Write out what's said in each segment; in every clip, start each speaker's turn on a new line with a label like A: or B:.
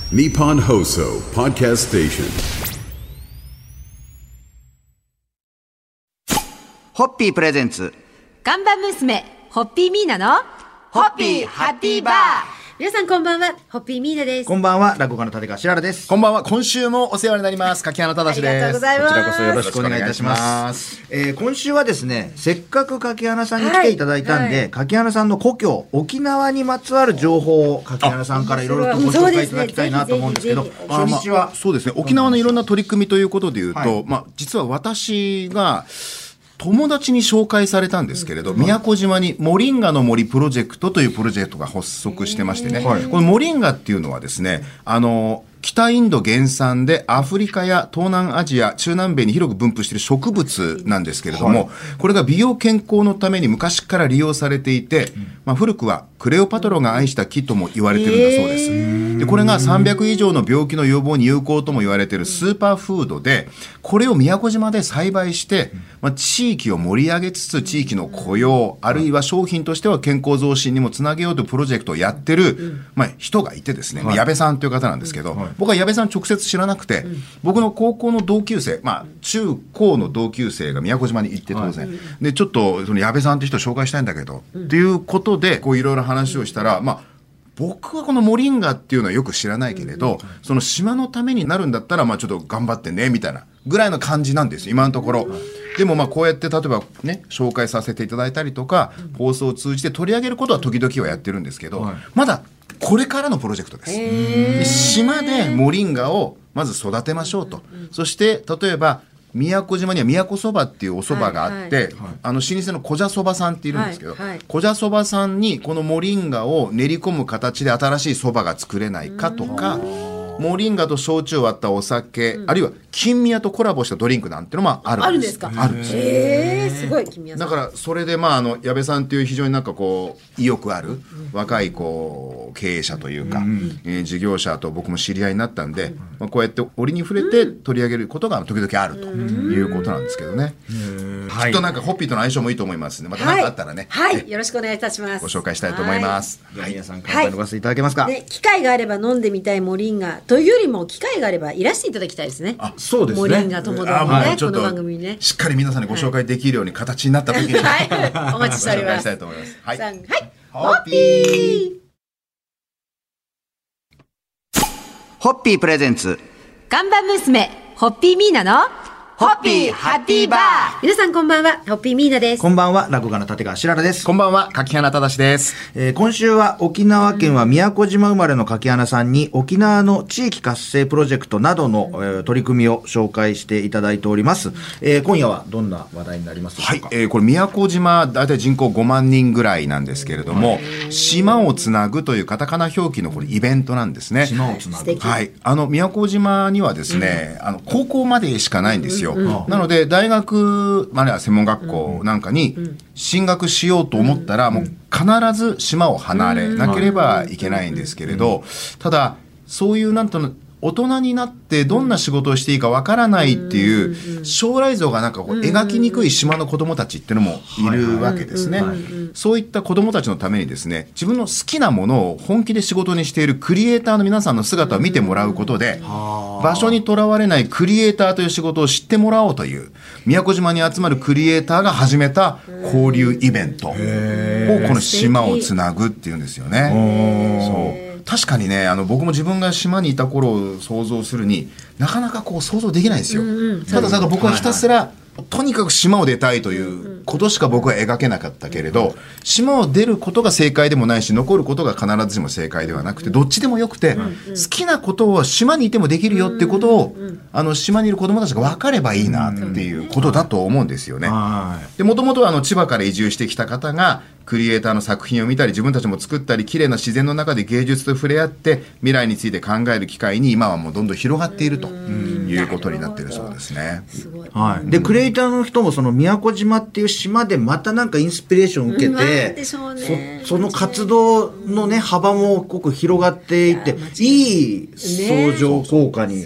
A: Nippon Hoso Podcast Station。
B: ホッピープレゼンツ
C: 看板娘ホッピーミーナの
B: ホッピーハッピーバー。
C: 皆さんこんばんは、ホッピーミーナです。
B: こんばんは、落語家の立川しららです。
D: こんばんは。今週もお世話になります。柿原忠です。
C: ありがとうございます。
B: こちらこそよろしくお願いいたします。今週はですね、せっかく柿原さんに来ていただいたんで、柿原さんの故郷沖縄にまつわる情報を柿原さんからいろいろとご紹介いただきたいなと思うんですけど、初日は
D: そうですね、沖縄のいろんな取り組みということでいうと、実は私が友達に紹介されたんですけれど、宮古島にモリンガの森プロジェクトというプロジェクトが発足してましてね、このモリンガっていうのはですね、北インド原産でアフリカや東南アジア、中南米に広く分布している植物なんですけれども、これが美容健康のために昔から利用されていて、古くはクレオパトラが愛した木とも言われてるんだそうです。で、これが300以上の病気の予防に有効とも言われているスーパーフードで、これを宮古島で栽培して、地域を盛り上げつつ地域の雇用、あるいは商品としては健康増進にもつなげようというプロジェクトをやってる、人がいてですね、矢部さんという方なんですけど、僕は矢部さん直接知らなくて、僕の高校の同級生、中高の同級生が宮古島に行って当然、でちょっとその矢部さんって人を紹介したいんだけど、っていうことでこういろいろ話をしたら、僕はこのモリンガっていうのはよく知らないけれど、その島のためになるんだったら、ちょっと頑張ってねみたいなぐらいの感じなんですよ、今のところ。でもこうやって例えばね、紹介させていただいたりとか、放送を通じて取り上げることは時々はやってるんですけど、まだこれからのプロジェクトです。で、島でモリンガをまず育てましょうと。そして例えば宮古島には宮古そばっていうお蕎麦があって、老舗の小茶そばさんっているんですけど、小茶そばさんにこのモリンガを練り込む形で新しい蕎麦が作れないかとか、モリンガと焼酎を割ったお酒、あるいは金宮とコラボしたドリンクなんてのもあるんです。
C: あるんですか。すごい。金宮さん
D: だからそれで矢部さんっていう非常になんかこう意欲ある若い経営者というか、事業者と僕も知り合いになったんで、こうやって折に触れて取り上げることが時々あるということなんですけどね。きっとなんかホッピーとの相性もいいと思いますね。また何かあったらね、
C: よろしくお願いいたします。
D: ご紹介したいと思います。
B: 皆さん簡単にごわせていただけますか。
C: 機会があれば飲んでみたいモリンガというよりも、機会があればいらしていただきたいですね。
D: そうですね。
C: モリンガ友達もね、この番組にね、
D: しっかり皆さんにご紹介できるように形になった時に、
C: お待ちしております。
D: ご紹介したいと思います。
C: ホッピー。
B: ホッピープレゼンツ
C: 看板娘ホッピーミーナの
B: ホッピーハッピーバー。
C: 皆さんこんばんは、ホッピーミーナです。
B: こんばんは、落語家の立川しららです。
D: こんばんは、柿原忠です。
B: 今週は沖縄県は宮古島生まれの柿原さんに沖縄の地域活性プロジェクトなどの、取り組みを紹介していただいております。今夜はどんな話題になりますでしょうか。
D: これ宮古島だいたい人口5万人ぐらいなんですけれども、島をつなぐというカタカナ表記のこれイベントなんですね。
B: 島をつなぐ。
D: 宮古島にはですね、高校までしかないんですよ。なので大学、あるいは専門学校なんかに進学しようと思ったら、もう必ず島を離れなければいけないんですけれど、ただそういう大人になってどんな仕事をしていいかわからないっていう将来像がなんか描きにくい島の子どもたちっていうのもいるわけですね。そういった子どもたちのためにですね、自分の好きなものを本気で仕事にしているクリエイターの皆さんの姿を見てもらうことで、場所にとらわれないクリエイターという仕事を知ってもらおうという宮古島に集まるクリエイターが始めた交流イベントをこの島をつなぐっていうんですよね。確かにね、僕も自分が島にいた頃を想像するになかなか想像できないんですよ。ただ僕はひたすら、とにかく島を出たいということしか僕は描けなかったけれど、島を出ることが正解でもないし、残ることが必ずしも正解ではなくて、どっちでもよくて、好きなことを島にいてもできるよっていうことを、島にいる子どもたちが分かればいいなっていうことだと思うんですよね。で、もともと千葉から移住してきた方がクリエイターの作品を見たり、自分たちも作ったり、綺麗な自然の中で芸術と触れ合って未来について考える機会に今はもうどんどん広がっているということになっているそうですね。
B: で、クリエイターの人もその宮古島っていう島でまたなんかインスピレーションを受けて、その活動のね幅も濃く広がっていって、いい相乗効果に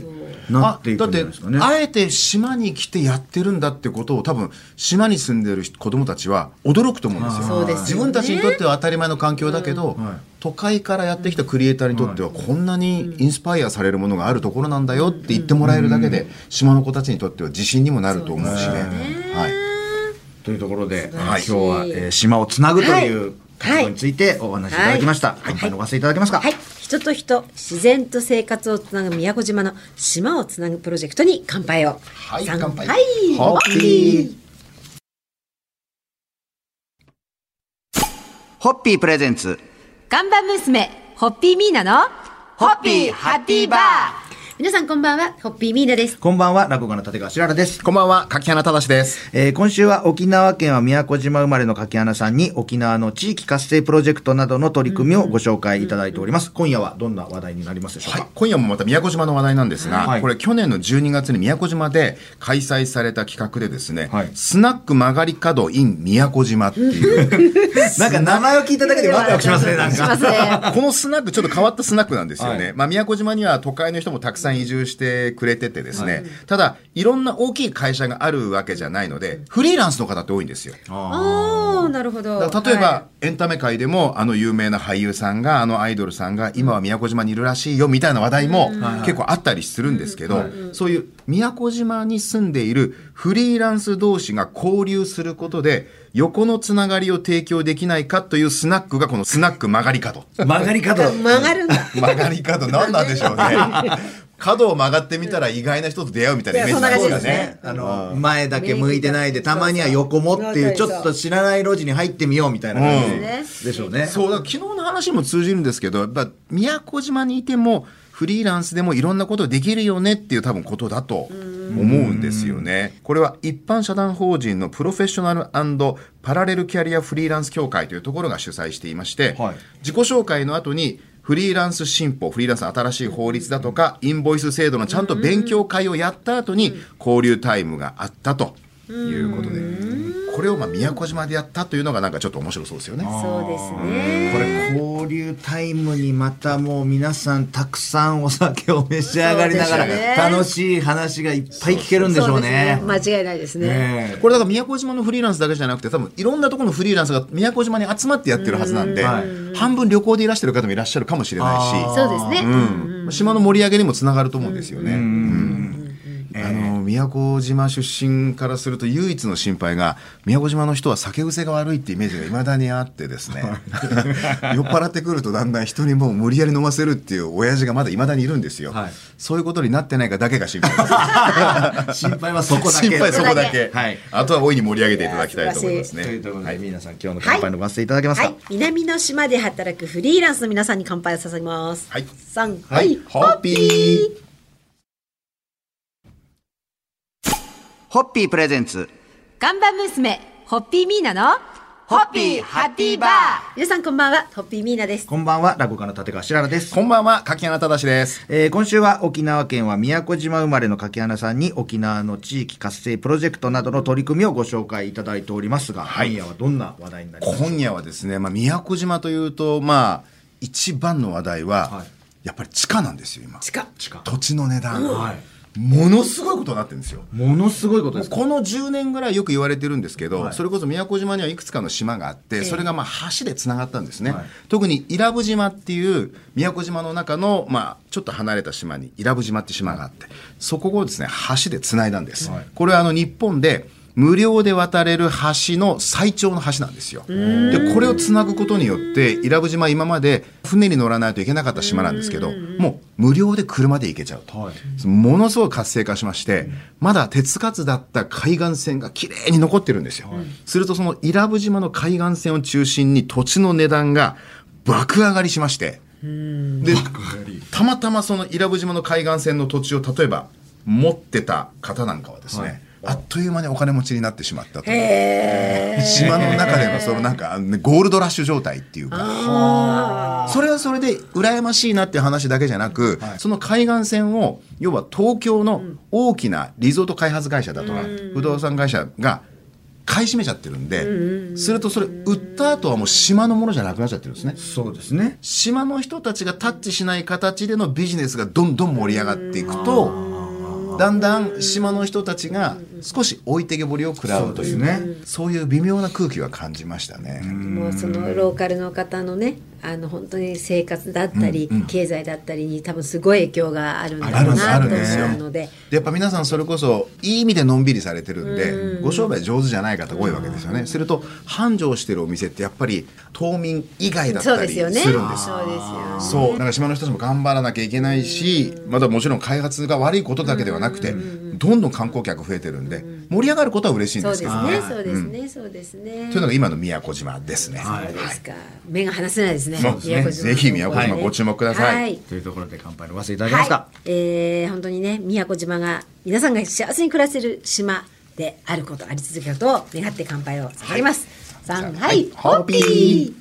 B: なっていくんですかね。
D: だってあえて島に来てやってるんだってことを多分島に住んでる子供たちは驚くと思うんですよ。
C: そうですよね。
D: 自分たちにとっては当たり前の環境だけど、都会からやってきたクリエイターにとってはこんなにインスパイアされるものがあるところなんだよって言ってもらえるだけで、島の子たちにとっては自信にもなると思うしね。はい。
B: というところで、今日は、島をつなぐという活動についてお話しいただきました。乾杯のご発声いただけますか。
C: はい。人と人、自然と生活をつなぐ宮古島の島をつなぐプロジェクトに乾杯を。
D: はい、乾杯。
C: はい。
B: ホッピー。ホッピープレゼンツ。
C: 看板娘、ホッピーミーナのホッピーハッピーバー。皆さんこんばんは、ホッピーミーナです。
B: こんばんは、落語家の立川しららです。
D: こんばんは、柿花忠です。
B: 今週は沖縄県は宮古島生まれの柿花さんに沖縄の地域活性プロジェクトなどの取り組みをご紹介いただいております。今夜はどんな話題になりますでしょうか。
D: はい、今夜もまた宮古島の話題なんですが、これ去年の12月に宮古島で開催された企画でですね、スナック曲がり角 in 宮古島っていう
B: なんか名前を聞いただけでワクワクしますね。なんか
D: このスナックちょっと変わったスナックなんですよね。宮古島には都会の人もたくさん移住してくれててですね、ただいろんな大きい会社があるわけじゃないので、フリーランスの方って多いんですよ。
C: ああ、なるほど。
D: 例えば、エンタメ界でも有名な俳優さんがアイドルさんが今は宮古島にいるらしいよみたいな話題も結構あったりするんですけど、そういう宮古島に住んでいるフリーランス同士が交流することで横のつながりを提供できないかというスナックがこのスナック曲がり角。
B: 曲がり角。
C: 曲がるんだ。
D: 曲がり角何なんでしょうね。角を曲がってみたら意外な人と出会うみたいなイメージなんですね。
B: 前だけ向いてないで、たまには横もっていう、ちょっと知らない路地に入ってみようみたいな感じでしょうね。
D: そうだ、昨日の話も通じるんですけど、やっぱ宮古島にいてもフリーランスでもいろんなことできるよねっていう多分ことだと思うんですよね。これは一般社団法人のプロフェッショナル&パラレルキャリアフリーランス協会というところが主催していまして、自己紹介の後にフリーランス新法、フリーランスの新しい法律だとかインボイス制度のちゃんと勉強会をやった後に交流タイムがあったということで、これを宮古島でやったというのがなんかちょっと面白そうですよね。
C: そうですね。
B: これ交流タイムにまたもう皆さんたくさんお酒を召し上がりながら楽しい話がいっぱい聞けるんでしょうね。
C: 間違いないですね。
D: これだから宮古島のフリーランスだけじゃなくて多分いろんなところのフリーランスが宮古島に集まってやってるはずなんで、半分旅行でいらしてる方もいらっしゃるかもしれないし、
C: そうですね。
D: 島の盛り上げにもつながると思うんですよね。宮古島出身からすると唯一の心配が宮古島の人は酒癖が悪いってイメージが未だにあってですね酔っ払ってくるとだんだん人にもう無理やり飲ませるっていう親父がまだ未だにいるんですよ、そういうことになってないかだけが心配です心配はそこだけ心配そこだけ、あとは大いに盛り上げていただきたいと思いますね。
B: というところで、皆さん今日の乾杯のご発声いただけますか。
C: 南の島で働くフリーランスの皆さんに乾杯を捧げます。3、
D: ホッピー。
B: ホッピープレゼンツ
C: 看板娘ホッピーミーナのホッピーハッピーバー。皆さんこんばんは、ホッピーミーナです。
B: こんばんは、落語家の立川しららです。
D: こんばんは、柿花忠です。
B: 今週は沖縄県は宮古島生まれの柿花さんに沖縄の地域活性プロジェクトなどの取り組みをご紹介いただいておりますが、今夜はどんな話題になりますか。
D: 今夜はですね、宮古島というと一番の話題は、やっぱり地価なんですよ。今
C: 地価
D: 土地の値段、ものすごいことになってるんですよ。
B: ものすごいことですか。
D: この10年ぐらいよく言われてるんですけど、それこそ宮古島にはいくつかの島があって、それが橋でつながったんですね、特に伊良部島っていう宮古島の中のちょっと離れた島に伊良部島って島があって、そこをですね橋でつないだんです、これは日本で無料で渡れる橋の最長の橋なんですよ。でこれをつなぐことによって伊良部島今まで船に乗らないといけなかった島なんですけど、もう無料で車で行けちゃうと、ものすごい活性化しまして、まだ手つかずだった海岸線がきれいに残ってるんですよ、するとその伊良部島の海岸線を中心に土地の値段が爆上がりしまして、でたまたまその伊良部島の海岸線の土地を例えば持ってた方なんかはですね、あっという間にお金持ちになってしまったという、島の中でのそのなんかゴールドラッシュ状態っていうか、それはそれで羨ましいなっていう話だけじゃなく、その海岸線を要は東京の大きなリゾート開発会社だとか不動産会社が買い占めちゃってるんで、するとそれ売った後はもう島のものじゃなくなっちゃってるんですね。
B: そうですね。
D: 島の人たちがタッチしない形でのビジネスがどんどん盛り上がっていくと、 だんだん島の人たちが少し置いてけぼりを食らうというね、そういう微妙な空気は感じましたね。
C: もうそのローカルの方のね、本当に生活だったり、経済だったりに多分すごい影響があるんだろうなと思うので、
D: やっぱ皆さんそれこそいい意味でのんびりされてるんで、ご商売上手じゃない方多いわけですよね。すると繁盛してるお店ってやっぱり島民以外だったりするんですよ。そう、だから島の人たちも頑張らなきゃいけないし、まだもちろん開発が悪いことだけではなくて、どんどん観光客増えてるんで、盛り上がることは嬉しいんですけどね。
C: そうですね、そうですね。
D: というのが今の宮古島ですね。
C: そうですか。目が離せないですね。
D: ぜひ宮古島ご注目ください。
B: というところで乾杯のごわせいただきました。
C: 本当にね、宮古島が皆さんが幸せに暮らせる島であること、あり続けることを願って乾杯をされます。はい、ホッピー。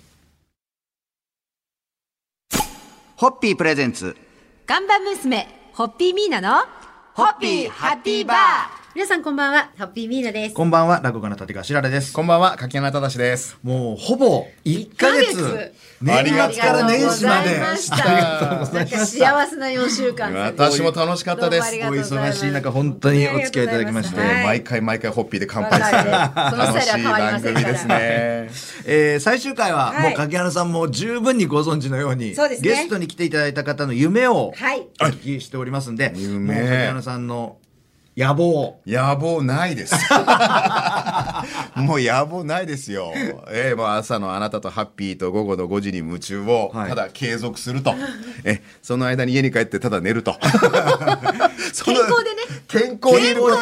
B: ホッピープレゼンツ。
C: 看板娘、ホッピーミーナのホッピーハッピーバー。皆さんこんばんは、ホッピーミーナです。
B: こんばんは、落語家の立川しららです。
D: こんばんは、柿山忠です。
B: もうほぼ1ヶ月。年末から年始まで。
C: ありがとうございました。幸せな4週間。
D: 私も楽しかったです。
B: お忙しい中、本当にお付き合いいただきまして。
D: 毎回ホッピーで乾杯する。楽しい番組ですね。
B: 最終回は、もう柿原さんも十分にご存知のように、ゲストに来ていただいた方の夢をお聞きしておりますんで、もう柿原さんの野望
D: ないです。もう野望ないですよ。もう朝のあなたとハッピーと午後の5時に夢中をただ継続すると。その間に家に帰ってただ寝ると。
C: 健康でね。
D: 健康でいること。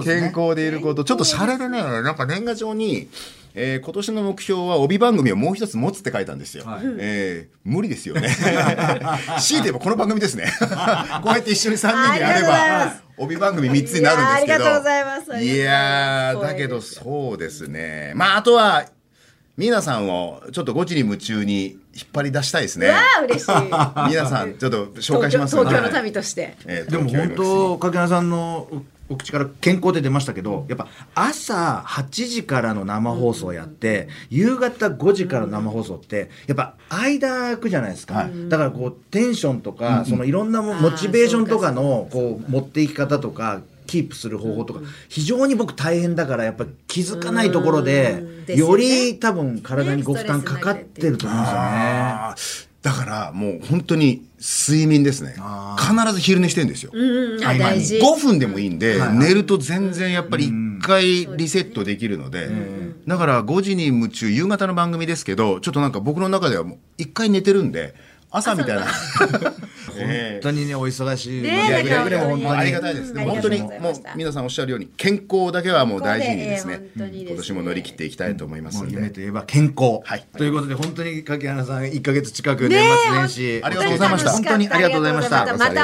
D: 健康でいること。ちょっとシャレでね、なんか年賀状に、今年の目標は帯番組をもう一つ持つって書いたんですよ。無理ですよね。強いて言えばこの番組ですね。こうやって一緒に3人でやれば帯番組3つになるんですけど。
C: ありがとうございます。
D: いやー、だけどそうですね。まああとは皆さんをちょっと5時に夢中に引っ張り出したいですね。
C: わあ、嬉しい。
D: 皆さんちょっと紹介しますので。
C: 東京の民として。
B: でも本当柿原さんのお口から健康で出ましたけど、やっぱ朝8時からの生放送やって、夕方5時からの生放送ってやっぱ間空くじゃないですか。だからこうテンションとか、そのいろんなモチベーションとかのこう持っていき方とかキープする方法とか非常に僕大変だから、やっぱ気づかないところでより多分体にご負担かかってると思うんですよね。
D: だからもう本当に睡眠ですね。必ず昼寝してるんですよ。
C: 大事。
D: 5分でもいいんで、寝ると全然やっぱり1回リセットできるので、だから5時に夢中、夕方の番組ですけど、ちょっとなんか僕の中ではもう1回寝てるんで、朝みたいな。
B: 本当にね、お忙しい。
D: ありがたいです。でも本当にもう皆さんおっしゃるように健康だけはもう大事にですね、今年も乗り切っていきたいと思いますので。
B: 夢といえば健康。ということで本当に柿原さん1ヶ月近く年末年始
D: ありがとうございました。
B: 本当にありがとうございました。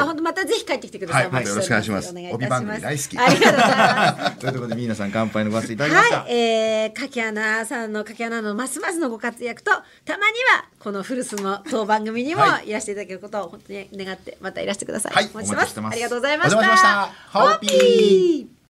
C: またぜひ帰ってきてください。
D: よろしくお願いします。帯番組大好き。
C: ありがとうございます。
B: ということで皆さん乾杯のごわせいただきました。
C: 柿原さんの柿原のますますのご活躍と、たまにはこの古巣の当番組にもいらしていただけることを本当に願って、またいらしてください。
B: お待ちしてます。
C: ありがとうございました。
D: お邪魔しました。ホッピー。